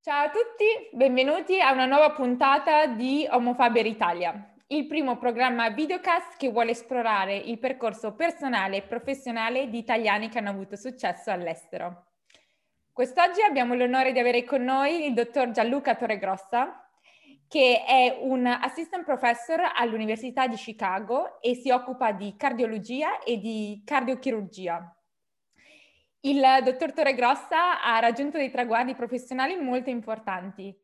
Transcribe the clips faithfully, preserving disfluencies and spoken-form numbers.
Ciao a tutti, benvenuti a una nuova puntata di Homofaber Italia, il primo programma videocast che vuole esplorare il percorso personale e professionale di italiani che hanno avuto successo all'estero. Quest'oggi abbiamo l'onore di avere con noi il dottor Gianluca Torregrossa, che è un assistant professor all'Università di Chicago e si occupa di cardiologia e di cardiochirurgia. Il dottor Torregrossa ha raggiunto dei traguardi professionali molto importanti.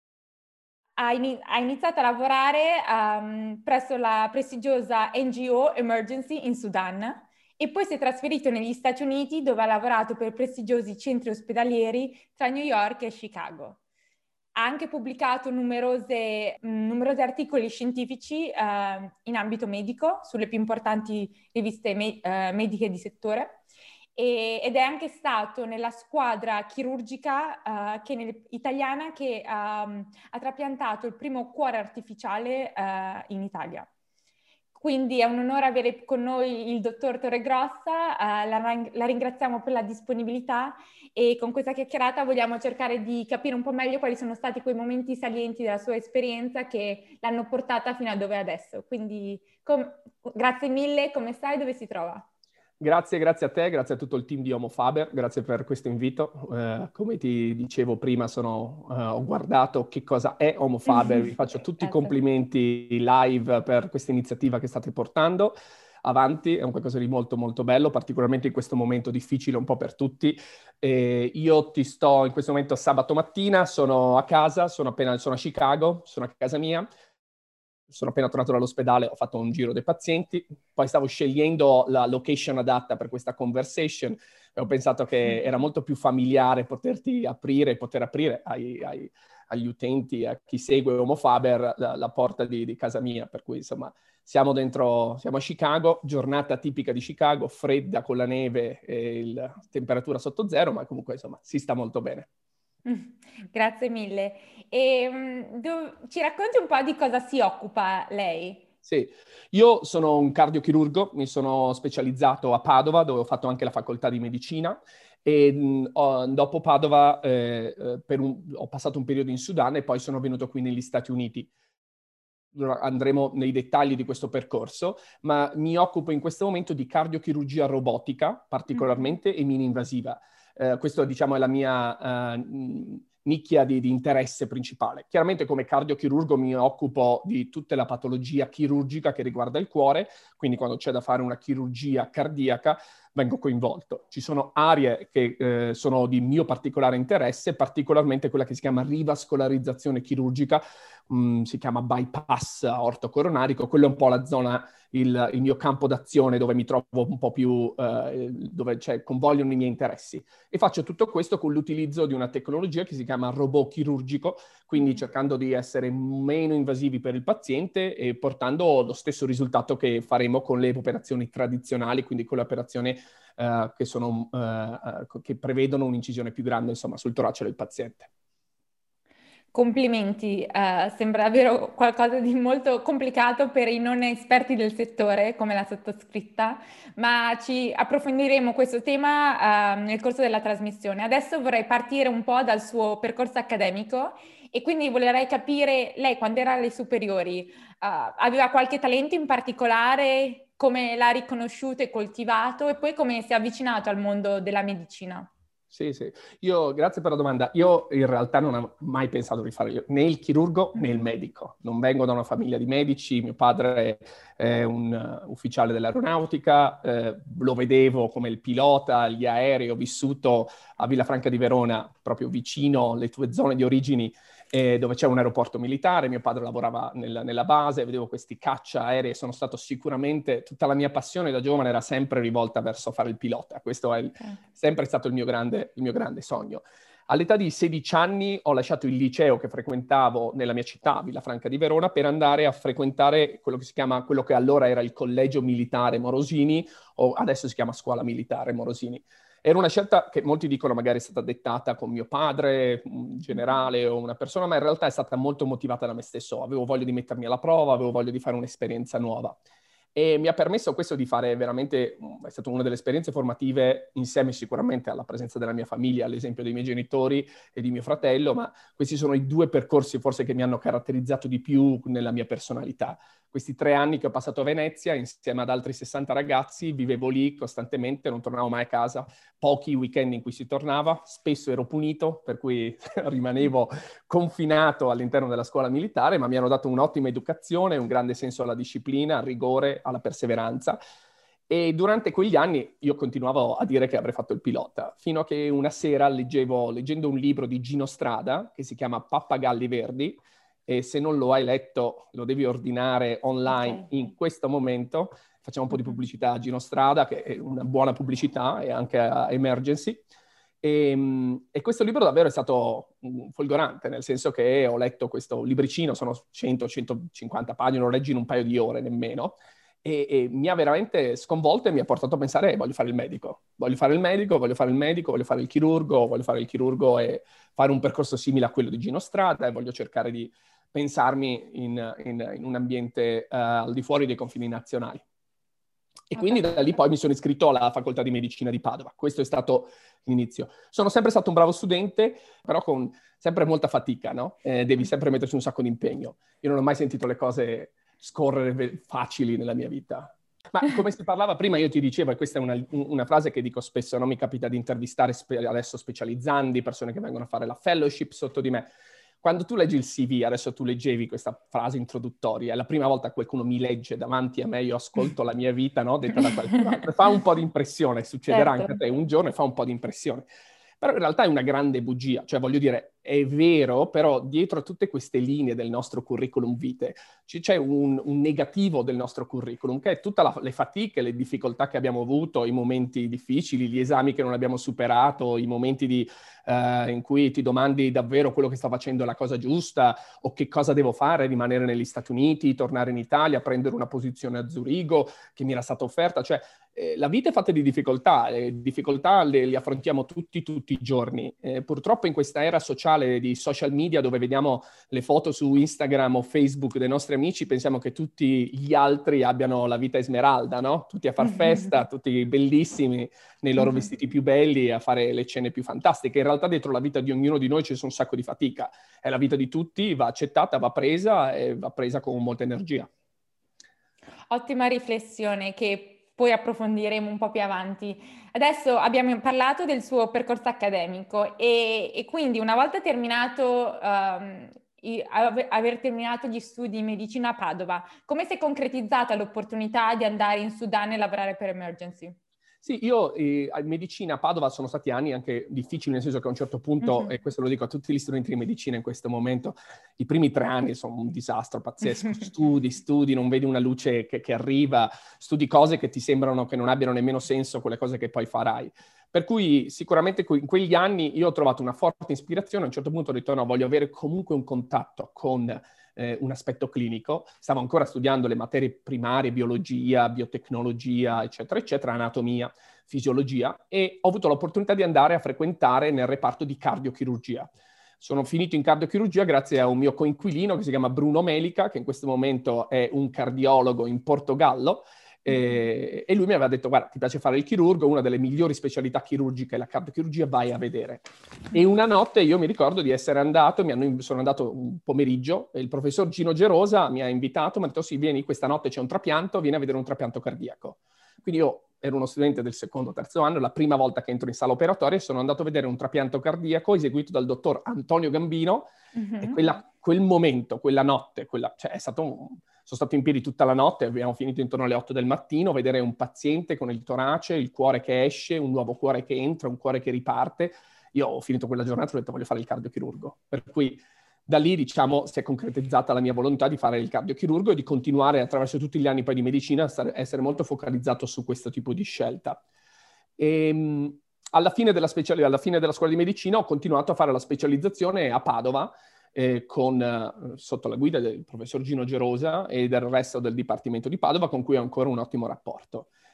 Ha, in- ha iniziato a lavorare um, presso la prestigiosa N G O Emergency in Sudan e poi si è trasferito negli Stati Uniti, dove ha lavorato per prestigiosi centri ospedalieri tra New York e Chicago. Ha anche pubblicato numerose, mh, numerosi articoli scientifici eh, in ambito medico sulle più importanti riviste me- eh, mediche di settore e, ed è anche stato nella squadra chirurgica eh, che nel, italiana che um, ha trapiantato il primo cuore artificiale eh, in Italia. Quindi è un onore avere con noi il dottor Torregrossa, eh, la, la ringraziamo per la disponibilità e con questa chiacchierata vogliamo cercare di capire un po' meglio quali sono stati quei momenti salienti della sua esperienza che l'hanno portata fino a dove è adesso. Quindi com- grazie mille, come stai, dove si trova? Grazie, grazie a te, grazie a tutto il team di Homofaber, grazie per questo invito. Eh, come ti dicevo prima, sono, eh, ho guardato che cosa è Homofaber, vi faccio tutti i Grazie. complimenti live per questa iniziativa che state portando avanti, è un qualcosa di molto molto bello, particolarmente in questo momento difficile un po' per tutti. Eh, io ti sto in questo momento sabato mattina, sono a casa, sono appena sono a Chicago, sono a casa mia. Sono appena tornato dall'ospedale, ho fatto un giro dei pazienti, poi stavo scegliendo la location adatta per questa conversation e ho pensato che era molto più familiare poterti aprire, poter aprire ai, ai, agli utenti, a chi segue Homofaber, la, la porta di, di casa mia, per cui insomma siamo dentro, siamo a Chicago, giornata tipica di Chicago, fredda con la neve e la temperatura sotto zero, ma comunque insomma si sta molto bene. Grazie mille. E, mm, do- ci racconti un po' di cosa si occupa lei? Sì, io sono un cardiochirurgo, mi sono specializzato a Padova, dove ho fatto anche la facoltà di medicina e mh, ho- dopo Padova eh, eh, per un- ho passato un periodo in Sudan e poi sono venuto qui negli Stati Uniti. Ora andremo nei dettagli di questo percorso, ma mi occupo in questo momento di cardiochirurgia robotica, Mhm. particolarmente, e mini-invasiva. Eh, questo, diciamo, è la mia eh, nicchia di, di interesse principale. Chiaramente come cardiochirurgo mi occupo di tutta la patologia chirurgica che riguarda il cuore, quindi quando c'è da fare una chirurgia cardiaca vengo coinvolto. Ci sono aree che eh, sono di mio particolare interesse, particolarmente quella che si chiama rivascolarizzazione chirurgica, mh, si chiama bypass aortocoronarico, quello è un po' la zona, il, il mio campo d'azione dove mi trovo un po' più, eh, dove cioè, convogliono i miei interessi. E faccio tutto questo con l'utilizzo di una tecnologia che si chiama robot chirurgico, quindi cercando di essere meno invasivi per il paziente e portando lo stesso risultato che faremo con le operazioni tradizionali, quindi con le operazioni eh, che, sono, eh, che prevedono un'incisione più grande, insomma, sul torace del paziente. Complimenti, eh, sembra davvero qualcosa di molto complicato per i non esperti del settore come la sottoscritta, ma ci approfondiremo questo tema, eh, nel corso della trasmissione. Adesso vorrei partire un po' dal suo percorso accademico e quindi vorrei capire, lei quando era alle superiori, eh, aveva qualche talento in particolare, come l'ha riconosciuto e coltivato e poi come si è avvicinato al mondo della medicina? Sì, sì. Io, grazie per la domanda. Io in realtà non ho mai pensato di fare né il chirurgo né il medico. Non vengo da una famiglia di medici, mio padre è un uh, ufficiale dell'aeronautica, eh, lo vedevo come il pilota, gli aerei, ho vissuto a Villafranca di Verona, proprio vicino alle tue zone di origini, eh, dove c'è un aeroporto militare, mio padre lavorava nel, nella base, vedevo questi caccia aerei, sono stato sicuramente, tutta la mia passione da giovane era sempre rivolta verso fare il pilota, questo è il, Ok. sempre stato il mio grande, il mio grande sogno. All'età di sedici anni ho lasciato il liceo che frequentavo nella mia città, Villafranca di Verona, per andare a frequentare quello che si chiama, quello che allora era il Collegio Militare Morosini, o adesso si chiama Scuola Militare Morosini. Era una scelta che molti dicono magari è stata dettata con mio padre, un generale o una persona, ma in realtà è stata molto motivata da me stesso. Avevo voglia di mettermi alla prova, avevo voglia di fare un'esperienza nuova. E mi ha permesso questo di fare veramente, è stata una delle esperienze formative insieme sicuramente alla presenza della mia famiglia, all'esempio dei miei genitori e di mio fratello, ma questi sono i due percorsi forse che mi hanno caratterizzato di più nella mia personalità. Questi tre anni che ho passato a Venezia insieme ad altri sessanta ragazzi, vivevo lì costantemente, non tornavo mai a casa, pochi weekend in cui si tornava, spesso ero punito, per cui rimanevo confinato all'interno della scuola militare, ma mi hanno dato un'ottima educazione, un grande senso alla disciplina, al rigore, alla perseveranza. E durante quegli anni io continuavo a dire che avrei fatto il pilota, fino a che una sera leggevo, leggendo un libro di Gino Strada, che si chiama Pappagalli Verdi, e se non lo hai letto lo devi ordinare online Okay. in questo momento. Facciamo un po' di pubblicità a Gino Strada, che è una buona pubblicità, e anche a Emergency. E, e questo libro davvero è stato folgorante, nel senso che ho letto questo libricino, sono cento centocinquanta pagine, lo leggi in un paio di ore nemmeno, e, e mi ha veramente sconvolto e mi ha portato a pensare: eh, voglio fare il medico, voglio fare il medico, voglio fare il medico, voglio fare il chirurgo, voglio fare il chirurgo e fare un percorso simile a quello di Gino Strada, e voglio cercare di pensarmi in, in, in un ambiente uh, al di fuori dei confini nazionali. E Ah, quindi da lì poi mi sono iscritto alla facoltà di medicina di Padova. Questo è stato l'inizio. Sono sempre stato un bravo studente, però con sempre molta fatica, no? Eh, devi sempre metterci un sacco di impegno. Io non ho mai sentito le cose scorrere facili nella mia vita. Ma come si parlava prima, io ti dicevo, e questa è una, una frase che dico spesso, no? Mi capita di intervistare spe- adesso specializzandi, persone che vengono a fare la fellowship sotto di me. Quando tu leggi il C V, adesso tu leggevi questa frase introduttoria, è la prima volta che qualcuno mi legge davanti a me, io ascolto la mia vita, no? Detta da qualcun altro. Fa un po' di impressione, succederà Certo. anche a te un giorno e fa un po' di impressione. Però in realtà è una grande bugia, cioè voglio dire, è vero, però dietro a tutte queste linee del nostro curriculum vitae c'è un, un negativo del nostro curriculum, che è tutte le fatiche, le difficoltà che abbiamo avuto, i momenti difficili, gli esami che non abbiamo superato, i momenti di, uh, in cui ti domandi davvero quello che sto facendo è la cosa giusta, o che cosa devo fare, rimanere negli Stati Uniti, tornare in Italia, prendere una posizione a Zurigo che mi era stata offerta, cioè eh, la vita è fatta di difficoltà, le difficoltà le, le affrontiamo tutti, tutti i giorni. Eh, purtroppo in questa era sociale di social media, dove vediamo le foto su Instagram o Facebook dei nostri amici, pensiamo che tutti gli altri abbiano la vita esmeralda, no? Tutti a far festa, tutti bellissimi, nei loro vestiti più belli, a fare le cene più fantastiche. In realtà dietro la vita di ognuno di noi c'è un sacco di fatica. È la vita di tutti, va accettata, va presa e va presa con molta energia. Ottima riflessione che poi approfondiremo un po' più avanti. Adesso abbiamo parlato del suo percorso accademico e, e quindi una volta terminato, um, i, aver terminato gli studi in medicina a Padova, come si è concretizzata l'opportunità di andare in Sudan e lavorare per Emergency? Sì, io eh, in medicina a Padova sono stati anni anche difficili, nel senso che a un certo punto, mm-hmm. e questo lo dico a tutti gli studenti di medicina in questo momento, i primi tre anni sono un disastro pazzesco, studi, studi, non vedi una luce che, che arriva, studi cose che ti sembrano che non abbiano nemmeno senso, quelle cose che poi farai. Per cui sicuramente in quegli anni io ho trovato una forte ispirazione, a un certo punto ho detto no, voglio avere comunque un contatto con eh, un aspetto clinico, stavo ancora studiando le materie primarie, biologia, biotecnologia, eccetera, eccetera, anatomia, fisiologia, e ho avuto l'opportunità di andare a frequentare nel reparto di cardiochirurgia. Sono finito in cardiochirurgia grazie a un mio coinquilino che si chiama Bruno Melica, che in questo momento è un cardiologo in Portogallo, eh, e lui mi aveva detto: guarda, ti piace fare il chirurgo, una delle migliori specialità chirurgiche è la cardiochirurgia, vai a vedere. E una notte io mi ricordo di essere andato, mi hanno, sono andato un pomeriggio, e il professor Gino Gerosa mi ha invitato, mi ha detto: sì, vieni, questa notte c'è un trapianto, vieni a vedere un trapianto cardiaco. Quindi io ero uno studente del secondo o terzo anno, la prima volta che entro in sala operatoria, sono andato a vedere un trapianto cardiaco eseguito dal dottor Antonio Gambino, mm-hmm. e quella, quel momento, quella notte, quella, cioè è stato un, sono stato in piedi tutta la notte, abbiamo finito intorno alle otto del mattino, vedere un paziente con il torace, il cuore che esce, un nuovo cuore che entra, un cuore che riparte. Io ho finito quella giornata e ho detto: voglio fare il cardiochirurgo. Per cui da lì, diciamo, si è concretizzata la mia volontà di fare il cardiochirurgo e di continuare attraverso tutti gli anni poi di medicina a essere molto focalizzato su questo tipo di scelta. E, alla fine della speciali- alla fine della scuola di medicina ho continuato a fare la specializzazione a Padova, eh, con, eh, sotto la guida del professor Gino Gerosa e del resto del Dipartimento di Padova, con cui ho ancora un ottimo rapporto.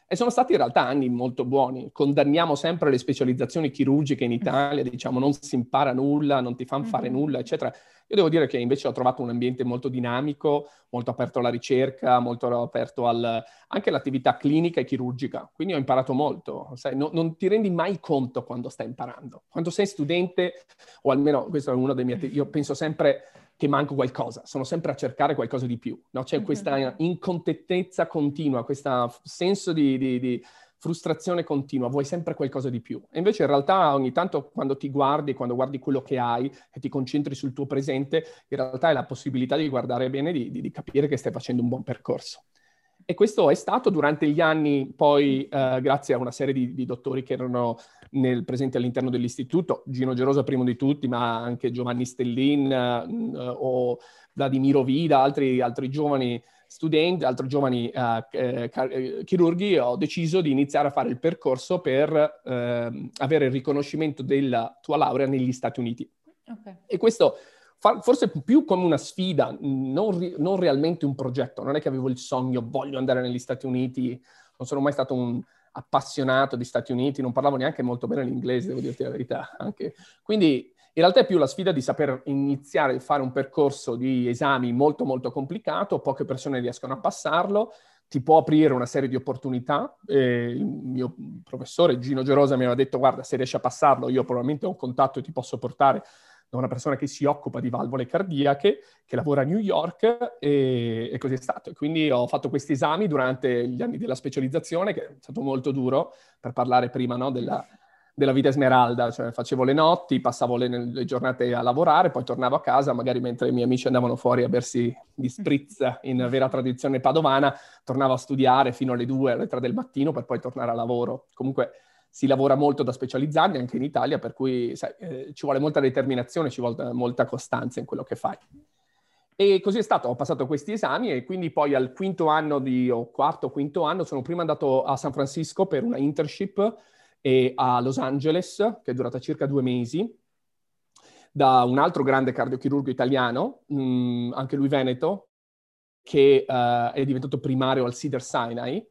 E sono stati in realtà anni molto buoni. Condanniamo sempre le specializzazioni chirurgiche in Italia, diciamo non si impara nulla, non ti fanno fare nulla, eccetera. Io devo dire che invece ho trovato un ambiente molto dinamico, molto aperto alla ricerca, molto aperto al, anche all'attività clinica e chirurgica. Quindi ho imparato molto. Sai, no, non ti rendi mai conto quando stai imparando. Quando sei studente, o almeno questo è uno dei miei... Io penso sempre che manco qualcosa, sono sempre a cercare qualcosa di più, no? C'è questa incontentezza continua, questo senso di, di, di frustrazione continua, vuoi sempre qualcosa di più. E invece in realtà ogni tanto quando ti guardi, quando guardi quello che hai e ti concentri sul tuo presente, in realtà hai la possibilità di guardare bene, di, di, di capire che stai facendo un buon percorso. E questo è stato durante gli anni, poi eh, grazie a una serie di, di dottori che erano nel, presenti all'interno dell'istituto, Gino Gerosa primo di tutti, ma anche Giovanni Stellin eh, o Vladimiro Vida, altri, altri giovani studenti, altri giovani eh, eh, chirurghi, ho deciso di iniziare a fare il percorso per eh, avere il riconoscimento della tua laurea negli Stati Uniti. Okay. E questo forse più come una sfida, non, ri- non realmente un progetto. Non è che avevo il sogno, voglio andare negli Stati Uniti, non sono mai stato un appassionato di Stati Uniti, non parlavo neanche molto bene l'inglese, devo dirti la verità. Anche. Quindi in realtà è più la sfida di saper iniziare a fare un percorso di esami molto molto complicato, poche persone riescono a passarlo, ti può aprire una serie di opportunità. Eh, il mio professore Gino Gerosa mi aveva detto, guarda, se riesci a passarlo, io probabilmente ho un contatto e ti posso portare da una persona che si occupa di valvole cardiache, che lavora a New York, e, e così è stato. E quindi ho fatto questi esami durante gli anni della specializzazione, che è stato molto duro, per parlare prima, no, della, della vita esmeralda. Cioè facevo le notti, passavo le, le giornate a lavorare, poi tornavo a casa, magari mentre i miei amici andavano fuori a bersi gli spritz in vera tradizione padovana, tornavo a studiare fino alle due, alle tre del mattino, per poi tornare a lavoro. Comunque si lavora molto da specializzandi anche in Italia, per cui sai, eh, ci vuole molta determinazione, ci vuole molta costanza in quello che fai. E così è stato, ho passato questi esami e quindi poi al quinto anno di, o quarto o quinto anno, sono prima andato a San Francisco per una internship e a Los Angeles, che è durata circa due mesi, da un altro grande cardiochirurgo italiano, mh, anche lui veneto, che uh, è diventato primario al Cedars-Sinai,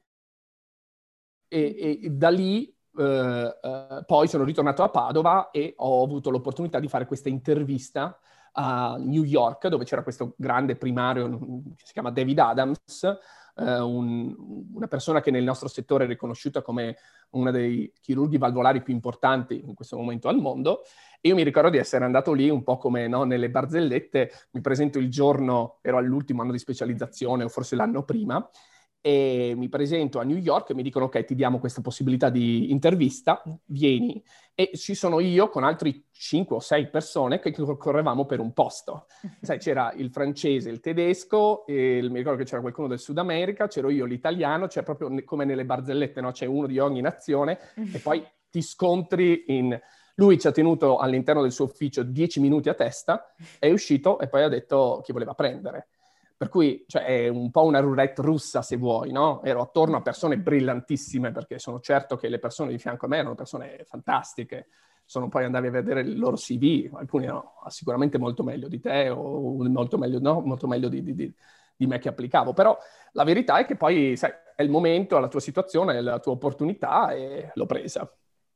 e, e da lì Uh, uh, poi sono ritornato a Padova e ho avuto l'opportunità di fare questa intervista a New York, dove c'era questo grande primario che si chiama David Adams, uh, un, una persona che nel nostro settore è riconosciuta come uno dei chirurghi valvolari più importanti in questo momento al mondo. E io mi ricordo di essere andato lì un po' come, no, nelle barzellette, mi presento il giorno, ero all'ultimo anno di specializzazione o forse l'anno prima, e mi presento a New York e mi dicono ok, ti diamo questa possibilità di intervista, vieni. E ci sono io con altri cinque o sei persone che correvamo per un posto. Sai, c'era il francese, il tedesco, e mi ricordo che c'era qualcuno del Sud America, c'ero io l'italiano, c'è proprio come nelle barzellette, no? C'è uno di ogni nazione e poi ti scontri in... Lui ci ha tenuto all'interno del suo ufficio dieci minuti a testa, è uscito e poi ha detto chi voleva prendere. Per cui, cioè, è un po' una roulette russa, se vuoi, no? Ero attorno a persone brillantissime, perché sono certo che le persone di fianco a me erano persone fantastiche. Sono poi andavi a vedere il loro C V, alcuni erano sicuramente molto meglio di te o molto meglio, no? molto meglio di, di, di, di me che applicavo. Però la verità è che poi, sai, è il momento, è la tua situazione, è la tua opportunità e l'ho presa.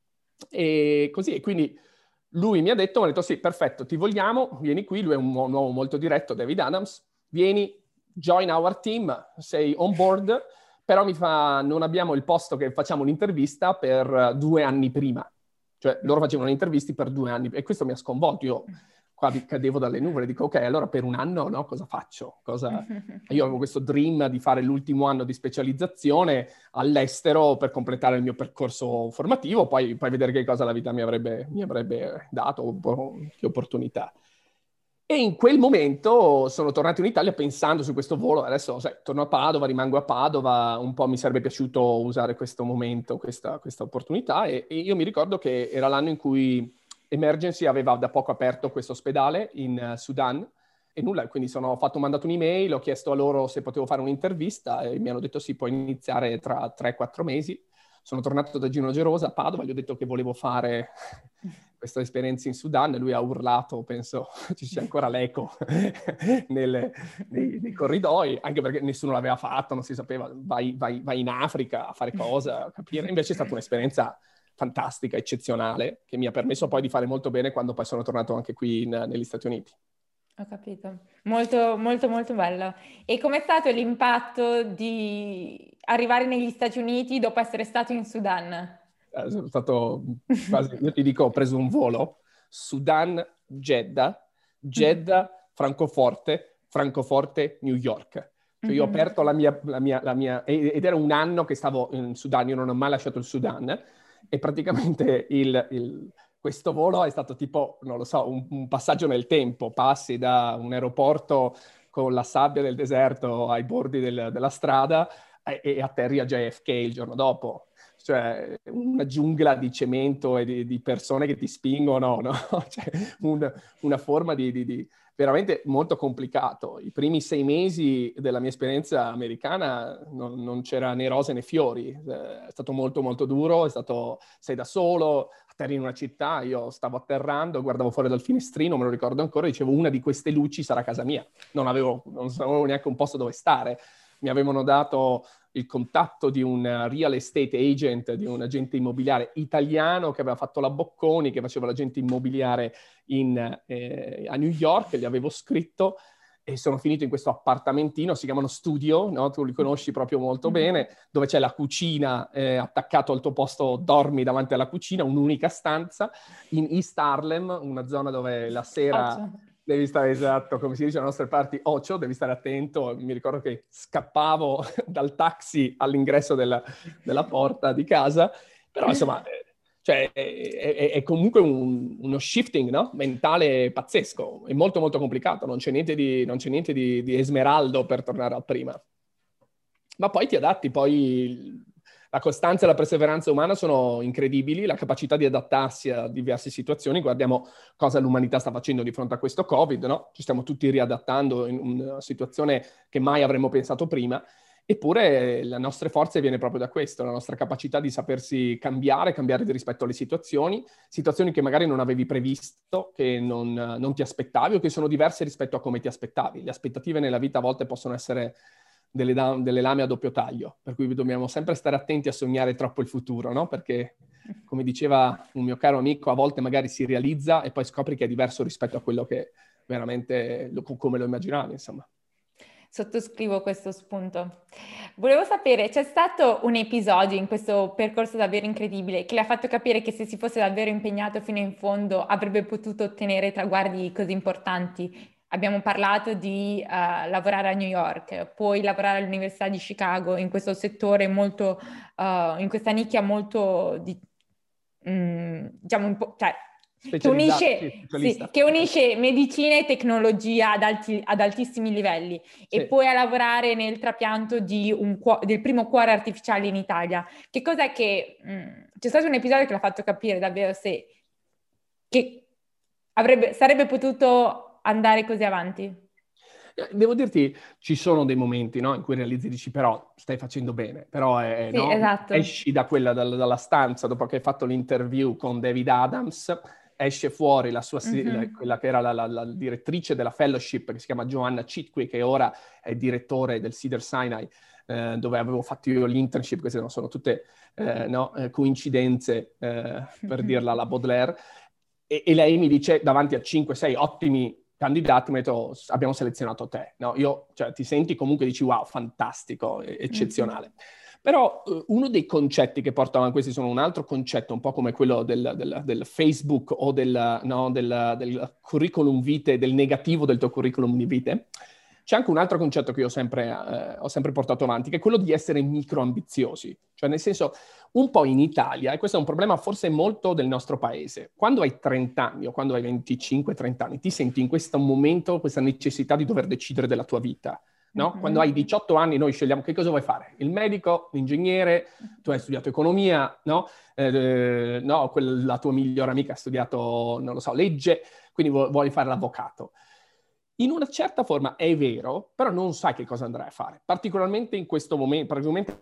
E così, e quindi lui mi ha detto, mi ha detto sì, perfetto, ti vogliamo, vieni qui. Lui è un uomo molto diretto, David Adams. Vieni, join our team, sei on board, però mi fa, non abbiamo il posto che facciamo l'intervista per due anni prima. Cioè, loro facevano intervisti per due anni, e questo mi ha sconvolto. Io qua cadevo dalle nuvole, dico, ok, allora per un anno, no, cosa faccio? Cosa... Io avevo questo dream di fare l'ultimo anno di specializzazione all'estero per completare il mio percorso formativo, poi, poi vedere che cosa la vita mi avrebbe, mi avrebbe dato, che opportunità. E in quel momento sono tornato in Italia pensando su questo volo. Adesso, sai, torno a Padova, rimango a Padova, un po' mi sarebbe piaciuto usare questo momento, questa, questa opportunità. E, e io mi ricordo che era l'anno in cui Emergency aveva da poco aperto questo ospedale in uh, Sudan. E nulla, quindi sono ho fatto, ho mandato un'email, ho chiesto a loro se potevo fare un'intervista e mi hanno detto sì, puoi iniziare tra tre quattro mesi. sono tornato da Gino Gerosa a Padova, gli ho detto che volevo fare questa esperienza in Sudan e lui ha urlato, penso ci sia ancora l'eco nelle, nei, nei corridoi, anche perché nessuno l'aveva fatto, non si sapeva, vai, vai, vai in Africa a fare cosa, a capire. Invece è stata un'esperienza fantastica, eccezionale, che mi ha permesso poi di fare molto bene quando poi sono tornato anche qui in, negli Stati Uniti. Ho capito, molto molto molto bello. E com'è stato l'impatto di arrivare negli Stati Uniti dopo essere stato in Sudan? Eh, sono stato quasi, io ti dico, ho preso un volo, Sudan, Jeddah, Jeddah, Francoforte, Francoforte, New York. Cioè io ho aperto la mia, la mia, la mia, ed era un anno che stavo in Sudan, io non ho mai lasciato il Sudan, e praticamente il, il, questo volo è stato tipo, non lo so, un, un passaggio nel tempo, passi da un aeroporto con la sabbia del deserto ai bordi del, della strada e, e atterri a J F K il giorno dopo. Cioè una giungla di cemento e di, di persone che ti spingono, no? Cioè, un, una forma di, di, di veramente molto complicato. I primi sei mesi della mia esperienza americana non, non c'era né rose né fiori, è stato molto molto duro, è stato, sei da solo, atterri in una città, io stavo atterrando, guardavo fuori dal finestrino, me lo ricordo ancora, dicevo una di queste luci sarà casa mia, non avevo, non avevo neanche un posto dove stare. Mi avevano dato il contatto di un real estate agent, di un agente immobiliare italiano che aveva fatto la Bocconi, che faceva l'agente immobiliare in, eh, a New York, gli avevo scritto e sono finito in questo appartamentino, si chiamano studio, no? Tu li conosci proprio molto bene, dove c'è la cucina eh, attaccato al tuo posto, dormi davanti alla cucina, un'unica stanza, in East Harlem, una zona dove la sera... Devi stare, esatto, come si dice alle nostre parti, occhio, devi stare attento. Mi ricordo che scappavo dal taxi all'ingresso della, della porta di casa, però insomma, cioè, è, è, è comunque un, uno shifting, no? Mentale pazzesco, è molto molto complicato, non c'è niente di, non c'è niente di, di esmeraldo per tornare al prima. Ma poi ti adatti, poi... La costanza e la perseveranza umana sono incredibili, la capacità di adattarsi a diverse situazioni. Guardiamo cosa l'umanità sta facendo di fronte a questo Covid, no? Ci stiamo tutti riadattando in una situazione che mai avremmo pensato prima, eppure le nostre forze viene proprio da questo, la nostra capacità di sapersi cambiare, cambiare rispetto alle situazioni, situazioni che magari non avevi previsto, che non, non ti aspettavi o che sono diverse rispetto a come ti aspettavi. Le aspettative nella vita a volte possono essere... Delle, da- delle lame a doppio taglio, per cui dobbiamo sempre stare attenti a sognare troppo il futuro, no? Perché, come diceva un mio caro amico, a volte magari si realizza e poi scopri che è diverso rispetto a quello che veramente, lo, come lo immaginavi, insomma. Sottoscrivo questo spunto. Volevo sapere, c'è stato un episodio in questo percorso davvero incredibile che le ha fatto capire che se si fosse davvero impegnato fino in fondo avrebbe potuto ottenere traguardi così importanti? Abbiamo parlato di uh, lavorare a New York, poi lavorare all'Università di Chicago in questo settore molto, uh, in questa nicchia molto, di, mm, diciamo, un po', cioè, che unisce, sì, che unisce medicina e tecnologia ad, alti, ad altissimi livelli, sì. E poi a lavorare nel trapianto di un cuo- del primo cuore artificiale in Italia. Che cos'è che... Mm, c'è stato un episodio che l'ha fatto capire davvero se che avrebbe, sarebbe potuto andare così avanti? Devo dirti, ci sono dei momenti, no, in cui realizzi, dici, però stai facendo bene, però è, sì, no? Esatto. Esci da quella, dalla, dalla stanza, dopo che hai fatto l'interview con David Adams, esce fuori la sua, mm-hmm. la, quella che era la, la, la direttrice della fellowship, che si chiama Joanna Chitqui, che ora è direttore del Cedars-Sinai, eh, dove avevo fatto io l'internship, queste non sono tutte eh, no, coincidenze, eh, per dirla alla Baudelaire, e, e lei mi dice, davanti a cinque sei ottimi candidati, mi ha detto, abbiamo selezionato te. No, io, cioè, ti senti comunque, dici, wow, fantastico, eccezionale. Mm-hmm. Però uh, uno dei concetti che porto avanti, questi sono un altro concetto, un po' come quello del, del, del Facebook o del, no, del, del curriculum vitae, del negativo del tuo curriculum vitae. C'è anche un altro concetto che io ho sempre, eh, ho sempre portato avanti, che è quello di essere microambiziosi. Cioè, nel senso, un po' in Italia, e questo è un problema forse molto del nostro paese, quando hai trenta anni o quando hai venticinque trenta anni, ti senti in questo momento questa necessità di dover decidere della tua vita. No? Mm-hmm. Quando hai diciotto anni noi scegliamo che cosa vuoi fare, il medico, l'ingegnere, tu hai studiato economia, no? Eh, no, quel, la tua migliore amica ha studiato, non lo so, legge, quindi vu- vuoi fare l'avvocato. In una certa forma è vero, però non sai che cosa andrai a fare, particolarmente in questo momento, particolarmente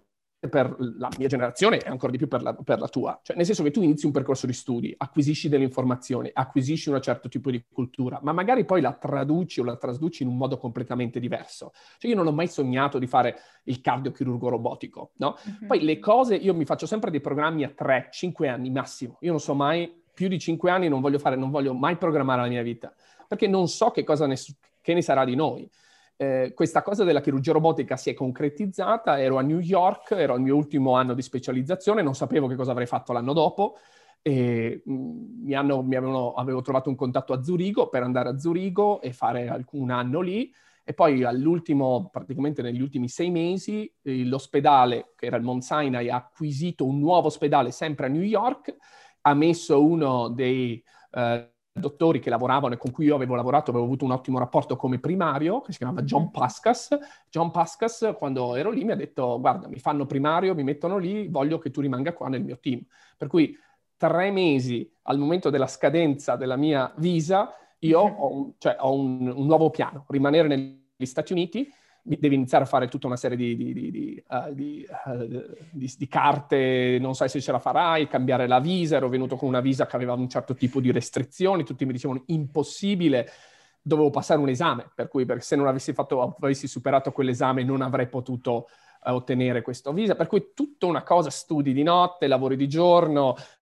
per la mia generazione e ancora di più per la, per la tua. Cioè, nel senso che tu inizi un percorso di studi, acquisisci delle informazioni, acquisisci un certo tipo di cultura, ma magari poi la traduci o la trasduci in un modo completamente diverso. Cioè, io non ho mai sognato di fare il cardiochirurgo robotico, no? Mm-hmm. Poi le cose, io mi faccio sempre dei programmi a tre cinque anni massimo. Io non so mai, più di cinque anni non voglio fare, non voglio mai programmare la mia vita, perché non so che cosa ne, che ne sarà di noi. Eh, questa cosa della chirurgia robotica si è concretizzata, ero a New York, ero al mio ultimo anno di specializzazione, non sapevo che cosa avrei fatto l'anno dopo, e mh, mi hanno, mi avevano, avevo trovato un contatto a Zurigo per andare a Zurigo e fare alcun anno lì, e poi all'ultimo, praticamente negli ultimi sei mesi, eh, l'ospedale, che era il Mount Sinai, ha acquisito un nuovo ospedale sempre a New York, ha messo uno dei... Eh, dottori che lavoravano e con cui io avevo lavorato, avevo avuto un ottimo rapporto come primario, che si chiamava John Pascas. John Pascas, quando ero lì, mi ha detto: guarda, mi fanno primario, mi mettono lì, voglio che tu rimanga qua nel mio team. Per cui tre mesi al momento della scadenza della mia visa, io ho un, cioè, ho un, un nuovo piano, rimanere negli Stati Uniti. Devi iniziare a fare tutta una serie di, di, di, di, uh, di, uh, di, di carte, non sai se ce la farai, cambiare la visa. Ero venuto con una visa che aveva un certo tipo di restrizioni, tutti mi dicevano impossibile, dovevo passare un esame, per cui perché se non avessi, fatto, avessi superato quell'esame non avrei potuto uh, ottenere questo visa, per cui tutta una cosa, studi di notte, lavori di giorno,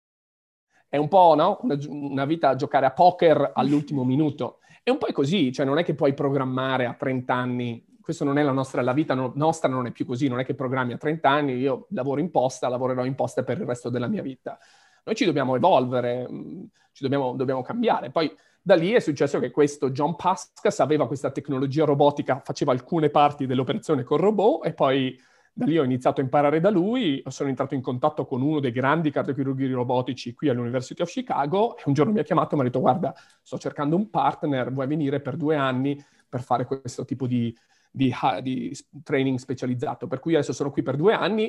è un po', no? una, una vita a giocare a poker all'ultimo minuto. È un po' così, cioè non è che puoi programmare a trenta anni. Questo non è la nostra, la vita no, nostra non è più così, non è che programmi a trenta anni, io lavoro in posta, lavorerò in posta per il resto della mia vita. Noi ci dobbiamo evolvere, ci dobbiamo, dobbiamo cambiare. Poi da lì è successo che questo John Pascas aveva questa tecnologia robotica, faceva alcune parti dell'operazione con robot, e poi da lì ho iniziato a imparare da lui, sono entrato in contatto con uno dei grandi cardiochirurghi robotici qui all'University of Chicago, e un giorno mi ha chiamato e mi ha detto: guarda, sto cercando un partner, vuoi venire per due anni per fare questo tipo di... Di, di training specializzato, per cui adesso sono qui per due anni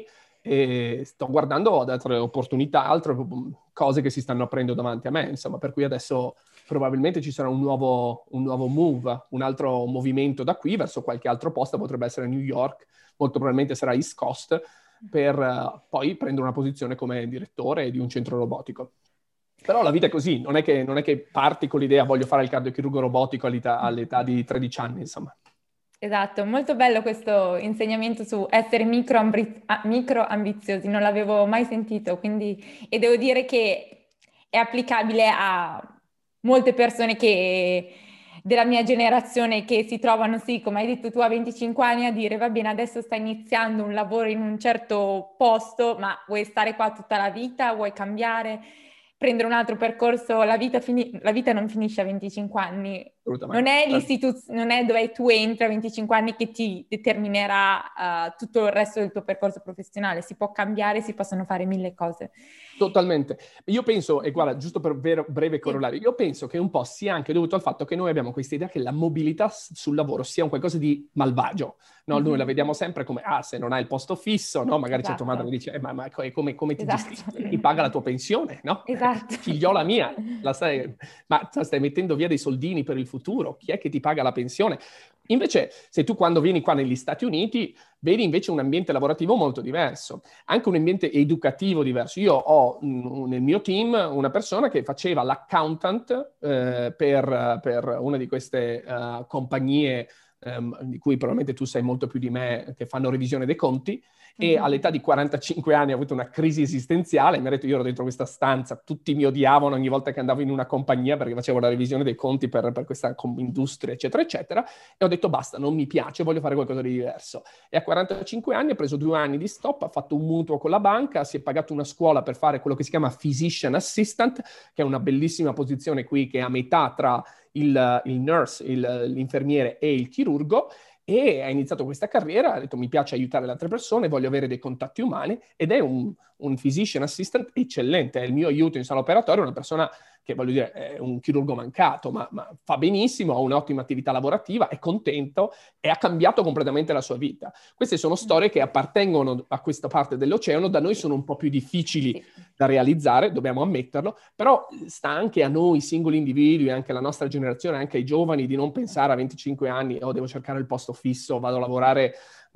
e sto guardando ad altre opportunità, altre cose che si stanno aprendo davanti a me, insomma, per cui adesso probabilmente ci sarà un nuovo, un nuovo move, un altro movimento da qui verso qualche altro posto, potrebbe essere New York, molto probabilmente sarà East Coast, per uh, poi prendere una posizione come direttore di un centro robotico. Però la vita è così, non è che, non è che parti con l'idea voglio fare il cardiochirurgo robotico all'età, all'età di tredici anni, insomma. Esatto, molto bello questo insegnamento su essere micro, ambri- micro ambiziosi, non l'avevo mai sentito, quindi, e devo dire che è applicabile a molte persone che, della mia generazione, che si trovano, sì, come hai detto tu, a venticinque anni a dire va bene, adesso stai iniziando un lavoro in un certo posto, ma vuoi stare qua tutta la vita, vuoi cambiare, prendere un altro percorso, la vita, fini- la vita non finisce a venticinque anni. Non è, l'istituz- non è dove tu entri a venticinque anni che ti determinerà uh, tutto il resto del tuo percorso professionale. Si può cambiare, si possono fare mille cose. Totalmente. Io penso, e guarda, giusto per vero, breve corollario, io penso che un po' sia anche dovuto al fatto che noi abbiamo questa idea che la mobilità sul lavoro sia un qualcosa di malvagio. No? Noi la vediamo sempre come, ah, se non hai il posto fisso, no? Magari esatto. C'è tua madre che dice, eh, ma, ma come, come ti esatto. gestisci? Chi paga la tua pensione, no? Esatto. Figliola mia, la stai, ma stai mettendo via dei soldini per il futuro? Chi è che ti paga la pensione? Invece, se tu quando vieni qua negli Stati Uniti, vedi invece un ambiente lavorativo molto diverso, anche un ambiente educativo diverso. Io ho mh, nel mio team una persona che faceva l'accountant eh, per, per una di queste uh, compagnie um, di cui probabilmente tu sai molto più di me, che fanno revisione dei conti, e mm-hmm. all'età di quarantacinque anni ha avuto una crisi esistenziale. Mi ha detto: io ero dentro questa stanza, tutti mi odiavano ogni volta che andavo in una compagnia perché facevo la revisione dei conti per, per questa industria, eccetera, eccetera, e ho detto basta, non mi piace, voglio fare qualcosa di diverso. E a quarantacinque anni ha preso due anni di stop, ha fatto un mutuo con la banca, si è pagato una scuola per fare quello che si chiama Physician Assistant, che è una bellissima posizione qui che è a metà tra il, il nurse, il, l'infermiere e il chirurgo, e ha iniziato questa carriera, ha detto mi piace aiutare le altre persone, voglio avere dei contatti umani, ed è un, un physician assistant eccellente, è il mio aiuto in sala operatoria, una persona che, voglio dire, è un chirurgo mancato, ma, ma fa benissimo, ha un'ottima attività lavorativa, è contento e ha cambiato completamente la sua vita. Queste sono storie che appartengono a questa parte dell'oceano, da noi sono un po' più difficili da realizzare, dobbiamo ammetterlo, però sta anche a noi singoli individui, anche alla nostra generazione, anche ai giovani, di non pensare a venticinque anni, oh, devo cercare il posto fisso, vado a lavorare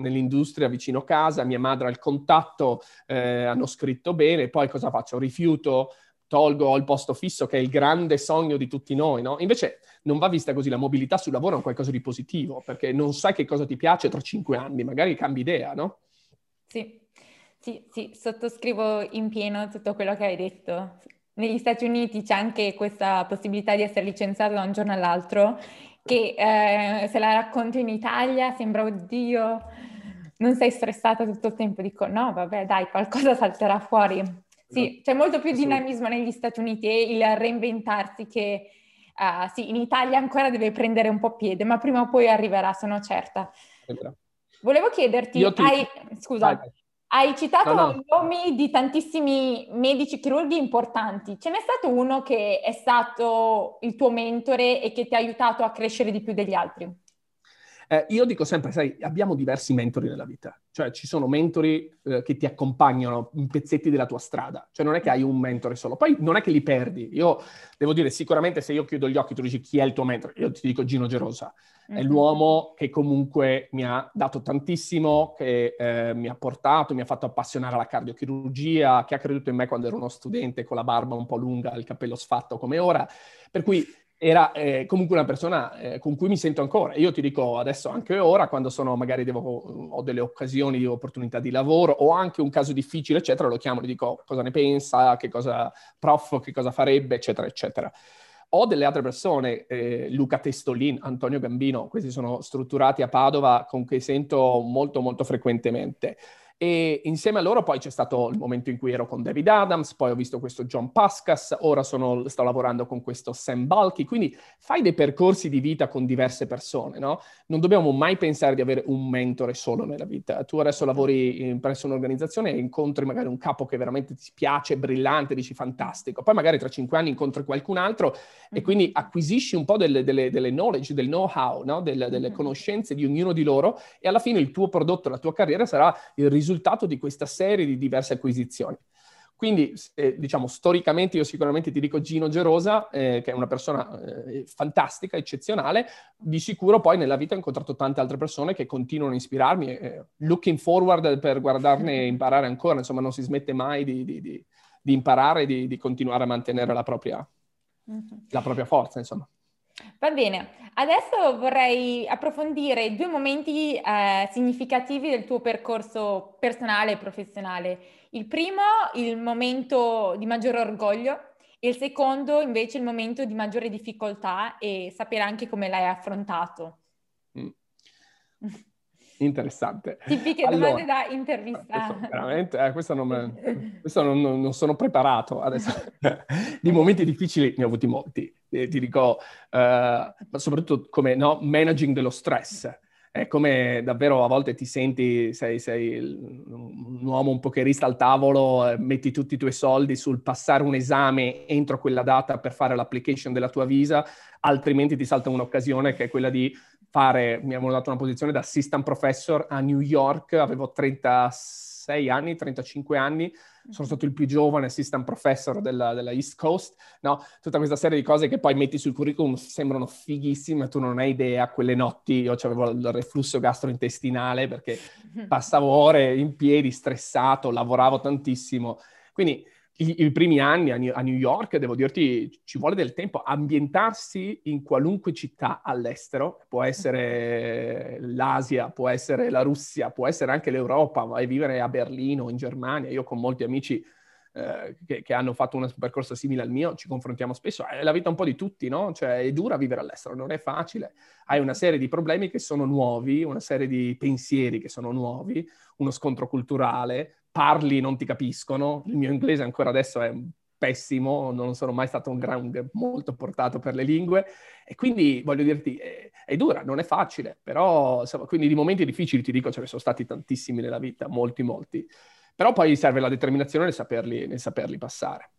nell'industria vicino casa, mia madre ha il contatto, eh, hanno scritto bene, poi cosa faccio? Rifiuto, tolgo il posto fisso, che è il grande sogno di tutti noi, no? Invece non va vista così, la mobilità sul lavoro è un qualcosa di positivo, perché non sai che cosa ti piace tra cinque anni, magari cambi idea, no? Sì, sì, sì, sottoscrivo in pieno tutto quello che hai detto. Negli Stati Uniti c'è anche questa possibilità di essere licenziato da un giorno all'altro, che eh, se la racconto in Italia sembra, oddio, non sei stressata tutto il tempo. Dico, no, vabbè, dai, qualcosa salterà fuori. Sì, c'è molto più dinamismo negli Stati Uniti e il reinventarsi che, uh, sì, in Italia ancora deve prendere un po' piede, ma prima o poi arriverà, sono certa. Volevo chiederti, Io ti... hai, Vai, scusa, vai. hai No, citato no. nomi di tantissimi medici chirurghi importanti. Ce n'è stato uno che è stato il tuo mentore e che ti ha aiutato a crescere di più degli altri? Eh, io dico sempre, sai, abbiamo diversi mentori nella vita, cioè ci sono mentori eh, che ti accompagnano in pezzetti della tua strada, cioè non è che hai un mentore solo, poi non è che li perdi. Io devo dire, sicuramente se io chiudo gli occhi tu dici chi è il tuo mentore, io ti dico Gino Gerosa, è Mm-hmm. l'uomo che comunque mi ha dato tantissimo, che eh, mi ha portato, mi ha fatto appassionare alla cardiochirurgia, che ha creduto in me quando ero uno studente con la barba un po' lunga, il capello sfatto come ora, per cui era eh, comunque una persona eh, con cui mi sento ancora. Io ti dico adesso anche ora, quando sono magari devo, ho delle occasioni di opportunità di lavoro o anche un caso difficile, eccetera, lo chiamo, gli dico cosa ne pensa, che cosa, prof, che cosa farebbe, eccetera, eccetera. Ho delle altre persone, eh, Luca Testolin, Antonio Gambino, questi sono strutturati a Padova con cui sento molto molto frequentemente. E insieme a loro poi c'è stato il momento in cui ero con David Adams, poi ho visto questo John Pascas, ora sono, sto lavorando con questo Sam Balky, quindi fai dei percorsi di vita con diverse persone, no? Non dobbiamo mai pensare di avere un mentore solo nella vita. Tu adesso lavori in, presso un'organizzazione e incontri magari un capo che veramente ti piace, brillante, dici fantastico, poi magari tra cinque anni incontri qualcun altro e quindi acquisisci un po' delle, delle, delle knowledge, del know-how, no? Del, delle conoscenze di ognuno di loro e alla fine il tuo prodotto, la tua carriera sarà il risultato risultato di questa serie di diverse acquisizioni. Quindi, eh, diciamo, storicamente io sicuramente ti dico Gino Gerosa, eh, che è una persona eh, fantastica, eccezionale. Di sicuro poi nella vita ho incontrato tante altre persone che continuano a ispirarmi. Eh, looking forward per guardarne e imparare ancora. Insomma, non si smette mai di, di, di, di imparare e di, di continuare a mantenere la propria, la propria forza, insomma. Va bene, adesso vorrei approfondire due momenti eh, significativi del tuo percorso personale e professionale. Il primo, il momento di maggiore orgoglio, e il secondo, invece, il momento di maggiore difficoltà e sapere anche come l'hai affrontato. Mm. Interessante. Tipiche Allora, domande da intervista. questo, veramente, eh, questo, non, me, questo non, non sono preparato. Adesso, di momenti difficili ne ho avuti molti. Eh, ti dico, eh, soprattutto come no, managing dello stress. È come davvero a volte ti senti, sei, sei un uomo un pokerista al tavolo, eh, metti tutti i tuoi soldi sul passare un esame entro quella data per fare l'application della tua visa, altrimenti ti salta un'occasione che è quella di fare, mi avevano dato una posizione da assistant professor a New York, avevo trentasei anni, trentacinque anni, sono stato il più giovane assistant professor della, della East Coast, no? Tutta questa serie di cose che poi metti sul curriculum sembrano fighissime, tu non hai idea, quelle notti io avevo il reflusso gastrointestinale perché passavo ore in piedi, stressato, lavoravo tantissimo, quindi I, i primi anni a New, a New York, devo dirti, ci vuole del tempo. Ambientarsi in qualunque città all'estero, può essere l'Asia, può essere la Russia, può essere anche l'Europa, vai a vivere a Berlino, in Germania. Io con molti amici eh, che, che hanno fatto un percorso simile al mio, ci confrontiamo spesso. È la vita un po' di tutti, no? Cioè è dura vivere all'estero, non è facile. Hai una serie di problemi che sono nuovi, una serie di pensieri che sono nuovi, uno scontro culturale, parli, non ti capiscono. Il mio inglese ancora adesso è pessimo, non sono mai stato un gran, molto portato per le lingue e quindi voglio dirti, è, è dura, non è facile, però insomma, quindi di momenti difficili ti dico ce ne sono stati tantissimi nella vita, molti, molti, però poi serve la determinazione nel saperli, nel saperli passare.